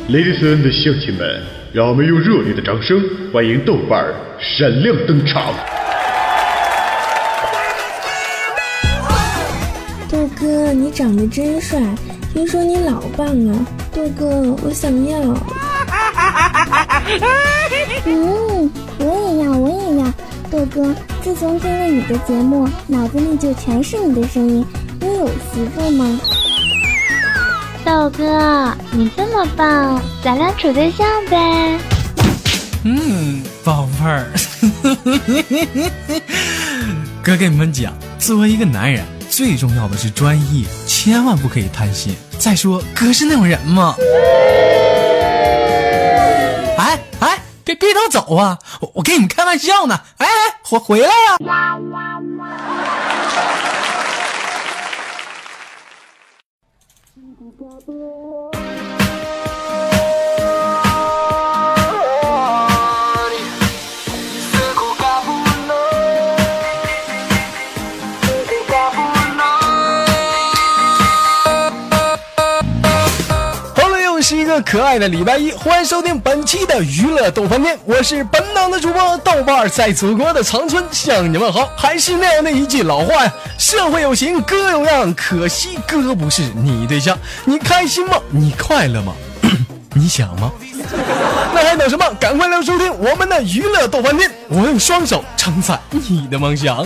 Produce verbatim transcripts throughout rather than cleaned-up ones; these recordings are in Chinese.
Ladies and 乡亲们，让我们用热烈的掌声欢迎豆瓣儿闪亮登场。 豆哥，你长得真帅，听说你老棒了，豆哥，我想要。 嗯，我也要，我也要。豆哥，自从听了你的节目，脑子里就全是你的声音。你有媳妇吗？ 豆哥，你这么棒，咱俩处对象呗。 嗯，宝贝儿，哥跟你们讲，作为一个男人，最重要的是专一，千万不可以贪心。再说，哥是那种人吗？哎哎，别别都走啊！我我跟你们开玩笑呢。哎哎，回回来呀！是一个可爱的礼拜一，欢迎收听本期的娱乐豆饭店，我是本档的主播豆瓣，在祖国的长春向你们好。还是那样的一句老话呀，社会有型哥有样，可惜哥不是你对象。你开心吗？你快乐吗？你想吗？那还等什么？赶快来收听我们的娱乐豆饭店，我用双手撑伞你的梦想。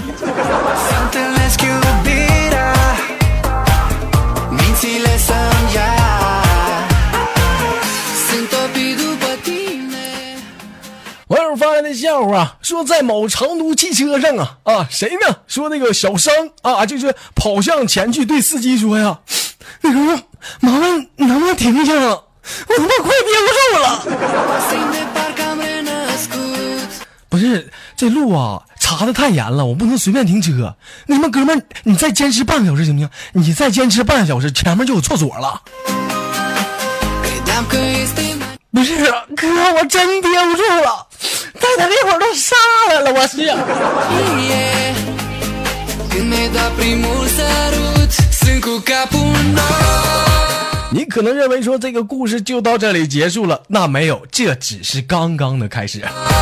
网友发来的笑话说，在某长途汽车上啊啊，谁呢？说那个小商啊，就是跑向前去对司机说呀：“那个麻烦能不能停一下啊？我他妈快憋不住了。”不是，这路啊查的太严了，我不能随便停车。那什么哥们，你再坚持半个小时行不行？你再坚持半个小时，前面就有厕所了。不是哥，我真憋不住了，再等一会儿都上来了，我是。你可能认为说这个故事就到这里结束了，那没有，这只是刚刚的开始。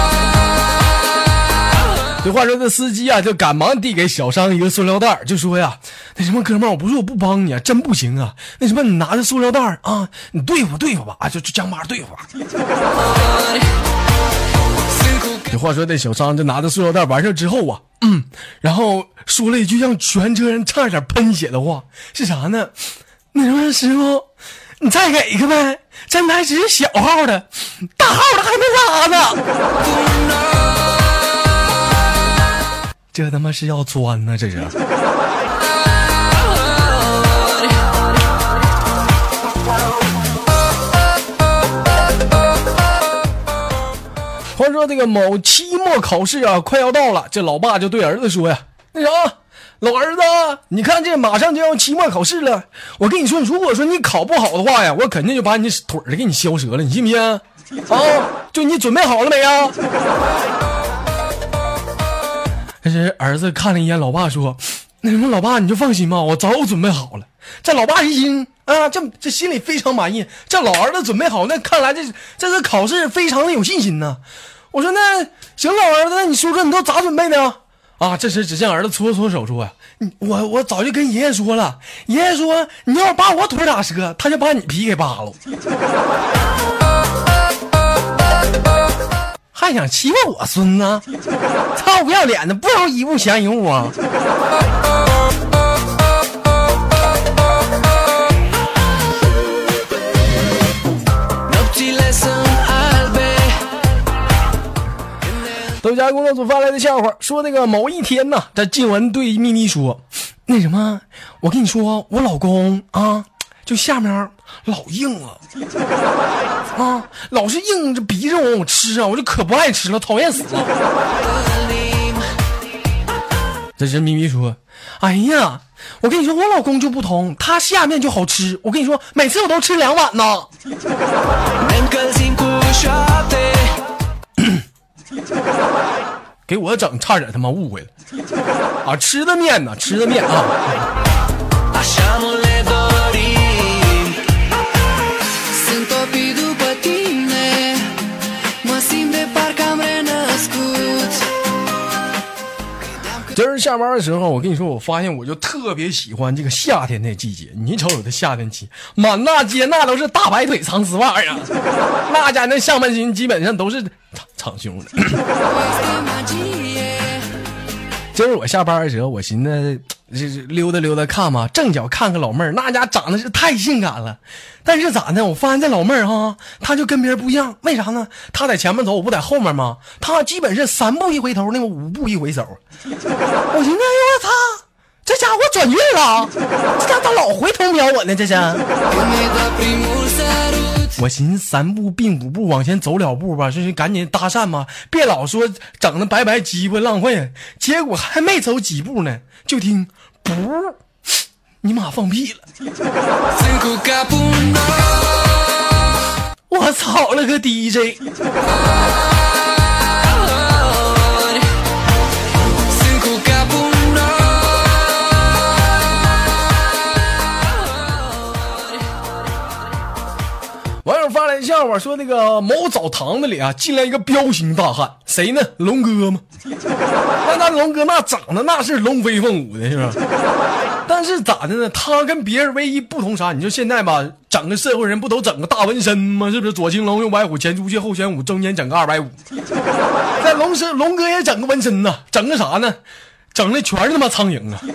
这话说这司机啊，就赶忙递给小商一个塑料袋，就说呀：“那什么哥们儿，我不是我不帮你啊，真不行啊。那什么，你拿着塑料袋啊，你对付对付吧，啊，就就将把对付吧。”这话说这小商就拿着塑料袋完事之后啊，嗯，然后说了一句让全车人差点喷血的话，是啥呢？那什么师傅，你再给一个呗，咱台只是小号的，大号的还没拉呢。这他妈是要钻呢，这是。话说这个某期末考试啊，快要到了，这老爸就对儿子说呀：“那啥，老儿子，你看这马上就要期末考试了，我跟你说，如果说你考不好的话呀，我肯定就把你腿儿给你削折了，你信不信？啊，就你准备好了没啊？”但是儿子看了一眼老爸说：“那什么，老爸你就放心吧，我早有准备好了。”这老爸一听啊，这这心里非常满意，这老儿子准备好，那看来这这次考试非常的有信心呢。我说那行，老儿子，那你说说你都咋准备的啊？这时只见儿子搓搓手说呀：“我我早就跟爷爷说了，爷爷说你要把我腿打折，他就把你皮给扒了。”还想欺负我孙子，操不要脸的，不如一物降一物啊！豆家工作组发来的笑话说，那个某一天呢，这静雯对咪咪说：“那什么，我跟你说，我老公啊，就下面老硬了。”啊，老是硬着逼着我我吃啊，我就可不爱吃了，讨厌死了。这时咪咪说：“哎呀，我跟你说，我老公就不同，他下面就好吃。我跟你说，每次我都吃两碗呢。”给我整差点他妈误会了啊！吃的面呢，吃的面啊。 下班的时候，我跟你说，我发现我就特别喜欢这个夏天的季节。你瞅有的夏天期，满大街那都是大白腿长丝袜呀，那家那上半身基本上都是长胸的。今儿我下班的时候，我寻思溜达溜达看嘛，正巧看个老妹儿，那家长得是太性感了。但是咋呢？我发现这老妹儿哈，她就跟别人不一样，为啥呢？她在前面走，我不在后面吗？她基本是三步一回头，那个五步一回手。我寻思，哎呦我操，这家伙转运了，这家伙老回头瞄我呢，这是。我寻思三步并五步往前走两步吧，就是赶紧搭讪嘛，别老说整的白白鸡巴浪费。结果还没走几步呢，就听不，你妈放屁了！我操了个 D J！ 网友发来笑话说，那个某澡堂子里啊进来一个彪形大汉，谁呢？龙哥吗？那那龙哥那长得那是龙飞凤舞的，是吧？但是咋的呢？他跟别人唯一不同啥？你说现在吧，整个社会人不都整个大纹身吗？是不是？左青龙右白虎，前出去后玄武，中间整个二百五。在龙身龙哥也整个纹身呢，整个啥呢？整的全是他妈苍蝇啊！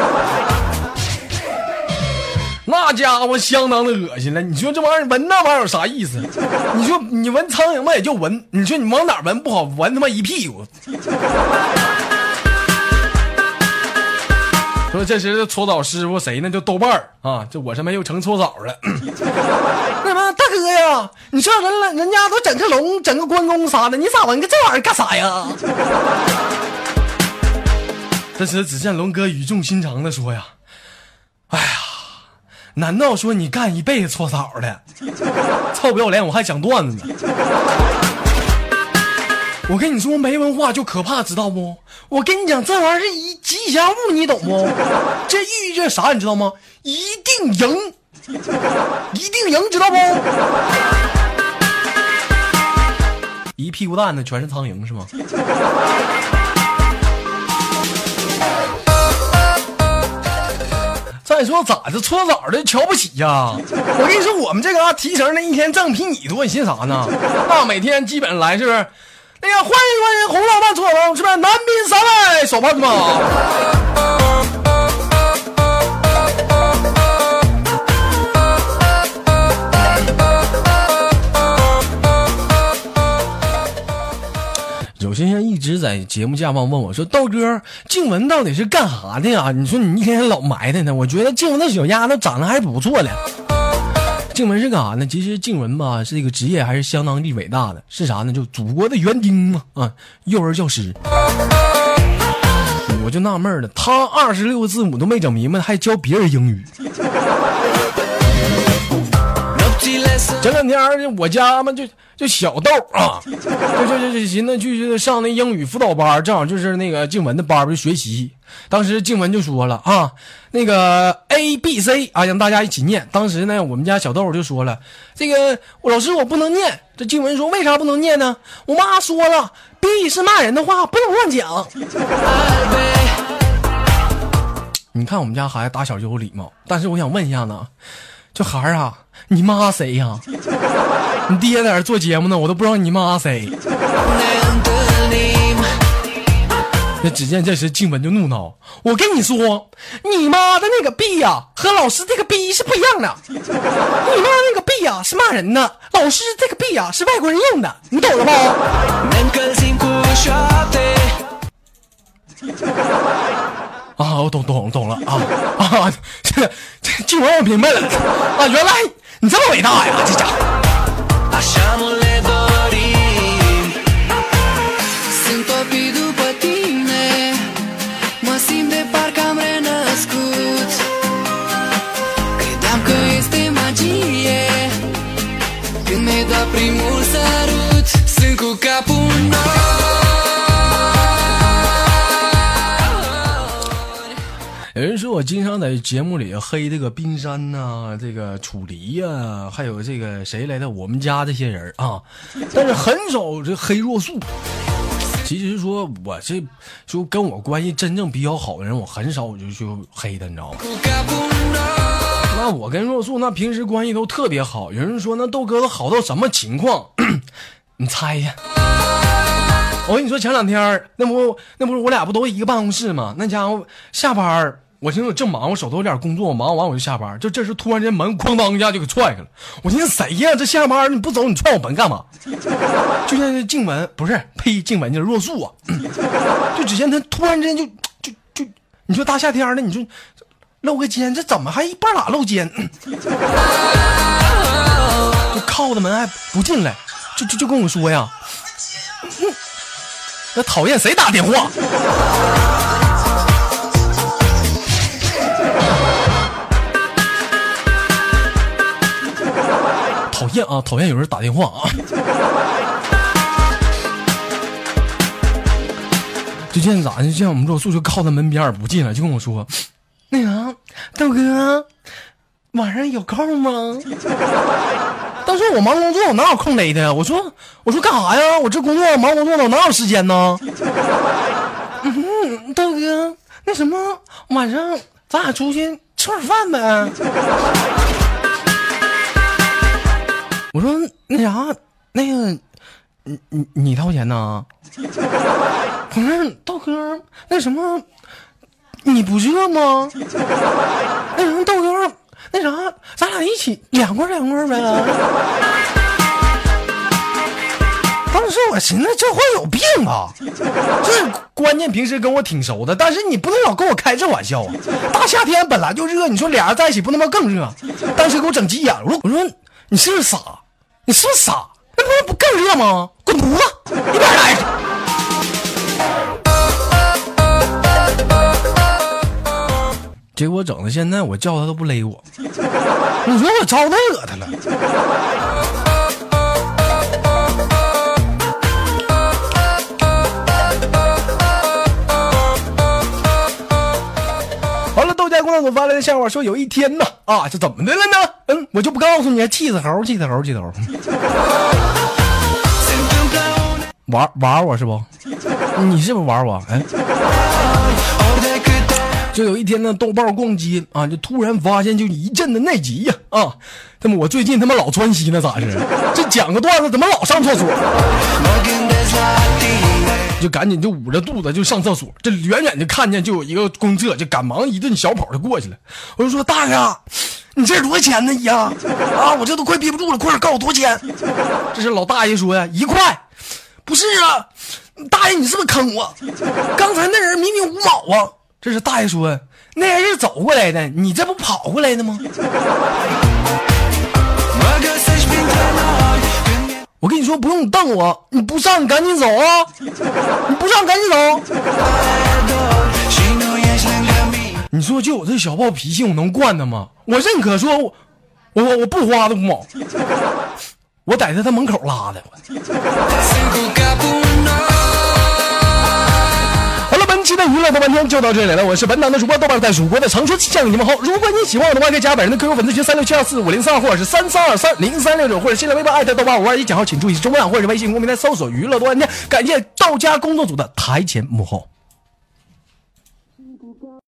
那家伙相当的恶心了，你说这玩意儿闻那玩意儿有啥意思？你说你闻苍蝇嘛也就闻，你说你往哪闻不好，闻他妈一屁股。说这时搓澡师傅谁呢？就豆瓣儿啊，这我他妈又成搓澡了。那么大哥呀，你说人了，人家都整个龙，整个关公啥的，你咋闻个这玩意儿干啥呀？这时只见龙哥语重心长的说呀：“哎呀。”难道说你干一辈子搓澡的，臭不要脸，我还讲段子呢。我跟你说没文化就可怕，知道不？我跟你讲这玩意儿是一吉祥物，你懂不？这寓意着啥你知道吗？一定赢，一定赢，知道不？一屁股蛋子全是苍蝇是吗？再说咋的，搓澡的瞧不起呀、啊！我跟你说，我们这个啊提成的一天挣比你多，你信啥呢？那每天基本来是不是？那个欢迎欢迎洪老板搓澡，是不是？男宾三位手帕子吗？有些人一直在节目下方问我说：“豆哥，静雯到底是干啥的呀？你说你一天老埋汰呢？我觉得静雯的小丫头长得还是不错的。静雯是干啥呢？其实静雯吧，是一个职业还是相当的伟大的，是啥呢？就祖国的园丁嘛，啊，幼儿教师。我就纳闷了，他二十六个字母都没整明白，还教别人英语。前两天我家嘛就就小豆啊，就就就就寻思去上那英语辅导班，正好就是那个静雯的班就学习。当时静雯就说了啊，那个 A B C 啊，让大家一起念。当时呢，我们家小豆就说了，这个老师我不能念。这静雯说为啥不能念呢？我妈说了 ，B 是骂人的话，不能乱讲。你看我们家孩子打小就有礼貌，但是我想问一下呢。这孩儿啊，你妈谁呀？你爹在这做节目呢，我都不知道你妈谁。那只见这时静雯就怒恼：“我跟你说，你妈的那个 B 呀、啊，和老师这个 B 是不一样的。你妈那个 B 呀、啊、是骂人的，老师这个 B 呀、啊、是外国人用的，你懂了吧？”啊，我懂懂懂了啊啊！这个这静雯我明白了啊，原来你这么伟大呀，这家伙。有人说我经常在节目里黑这个冰山呐、啊，这个楚离呀、啊，还有这个谁来的我们家这些人啊，但是很少这黑若素。 其实说我这就跟我关系真正比较好的人，我很少我就去黑他，你知道吗？那我跟若素那平时关系都特别好。有人说那豆哥都好到什么情况？你猜一下。我跟你说，前两天那不那不是我俩不都一个办公室吗？那家伙下班，我寻思我正忙，我手头有点工作，我忙完我就下班。就这时突然间门哐当一下就给踹开了。我寻思谁呀？这下班你不走，你踹我门干嘛？就像进门不是呸，进门就是若素啊。就只见他突然间就就就，你说大夏天的，你说露个肩，这怎么还一半拉露肩？就靠着门还不进来，就就就跟我说呀。那讨厌谁打电话？讨厌啊，讨厌有人打电话啊！就见咋就见我们若素就靠在门边不进来，就跟我说：“那啥，豆哥，晚上有空吗？”当时我忙工作，我哪有空勒的？我说我说干啥呀？我这工作忙工作呢，我哪有时间呢？嗯，豆哥，那什么，晚上咱俩出去吃碗饭呗。我说那啥，那个，你你你掏钱呢？我说豆哥，那什么，你不热吗？那什么豆哥。那啥，咱俩一起凉快凉快呗。当时我寻思这会有病啊！这关键平时跟我挺熟的，但是你不能老跟我开这玩笑啊！大夏天本来就热，你说俩人在一起不他妈更热？当时给我整急眼了，我说我说你是不是傻？你是不是傻？那不不更热吗？滚犊子！一边来！结果整的现在我叫他都不勒我，你说我招他惹他了。好了，豆家公道组发来的笑话说，有一天呢啊，这怎么的了呢？嗯，我就不告诉你，气死猴，气死猴，气死猴。玩玩我是不？你是不是玩我？哎。就有一天呢，豆瓣逛街啊，就突然发现就一阵的内急呀啊！他妈我最近他妈老窜稀呢，咋是？这讲个段子怎么老上厕所？就赶紧就捂着肚子就上厕所。这远远就看见就有一个公厕，就赶忙一顿小跑就过去了。我就说大哥，你这多少钱呢你呀？啊，我这都快憋不住了，快点告诉我多少钱？这是老大爷说呀，一块。不是啊，大爷你是不是坑我？刚才那人明明五毛啊。这是大爷说，那人是走过来的，你这不跑过来的吗？我跟你说，不用你瞪我，你不上你赶紧走啊！你不上赶紧走。你说就我这小暴脾气，我能惯他吗？我认可说我我我不花的五毛，我在他他门口拉的。本期的娱乐豆瓣天就到这里了，我是本档的主播豆瓣在蜀国的长春向你们好。如果你喜欢我的话，可以加本人的 Q Q 粉丝群三六七二四五零三二，或者是三三二三零三六九，或者新浪微博艾特豆瓣五二一，讲号请注意中文，或者是微信公屏台搜索娱乐豆瓣天。感谢道家工作组的台前幕后。